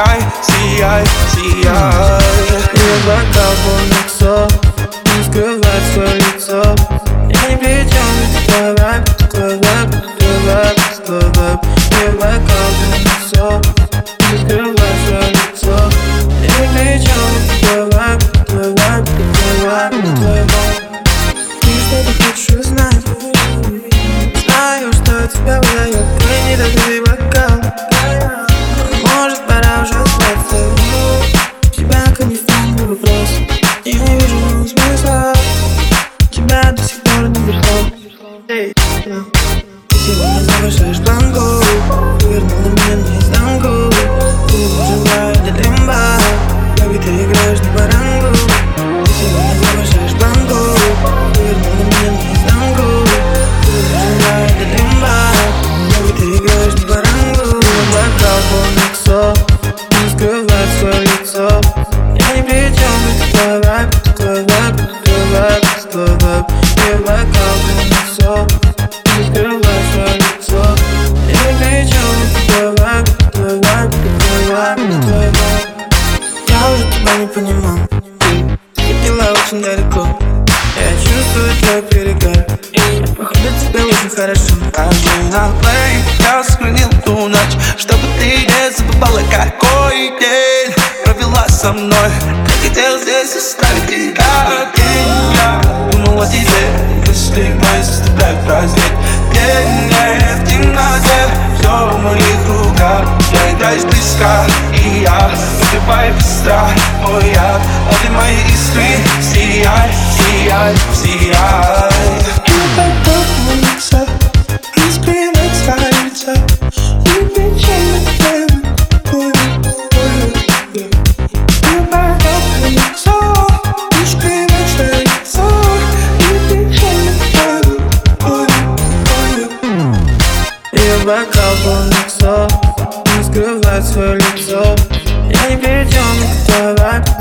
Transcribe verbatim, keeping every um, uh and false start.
сияй, сияй, сияй. Ее бокал полный иксов, не скрывает свое лицо. Я ни при чем, твой вайб, твой вайб, твой вайб, твой вайб. Ее бокал полный иксов, не скрывает свое лицо. Я ни при чем, твой вайб, твой вайб, твой вайб, твой вайб. Ты что-то хочешь узнать? Знаю, что тебя выдает твой недопитый бокал. Может, пора уже остаться. Тебя ко мне встанет вопрос. Я не вижу смысла. Тебя до сих пор не верхом. Эй, ты сегодня завершаешь планку. Вернула меня наизнанку. Ты уживаешь до лимба. Baby, ты играешь не по рангу. Ты сегодня завершаешь планку. Вернула меня наизнанку. Ты уживаешь до лимба. Baby, ты играешь не по рангу. Бокал полный иксов, не скрывает свое лицо. Я ни при чем, это твой вайб, твой вайб, твой вайб, твой вайб. Ее бокал полный иксов, не скрывает свое лицо. Я ни при чем, это твой вайб, твой вайб, твой вайб, твой вайб. Я уже тебя не понимал, ты ходила очень далеко. Я чувствую твой перегар, походу тебе очень хорошо. Каждый на плей я сохранил ту ночь, чтобы ты не забывала, какой день провела со мной. Я хотел здесь оставить тебя, день. Я думал о тебе, мысли мои заставляют раздеть. День, в темноте, все в моих руках. Я играешь близко, и я убиваю быстро. Мой яд, обе мои искры, сияй, сияй, сияй. Бокал полный иксов, не скрывает свое лицо. Я ни при чем, это твой вайб.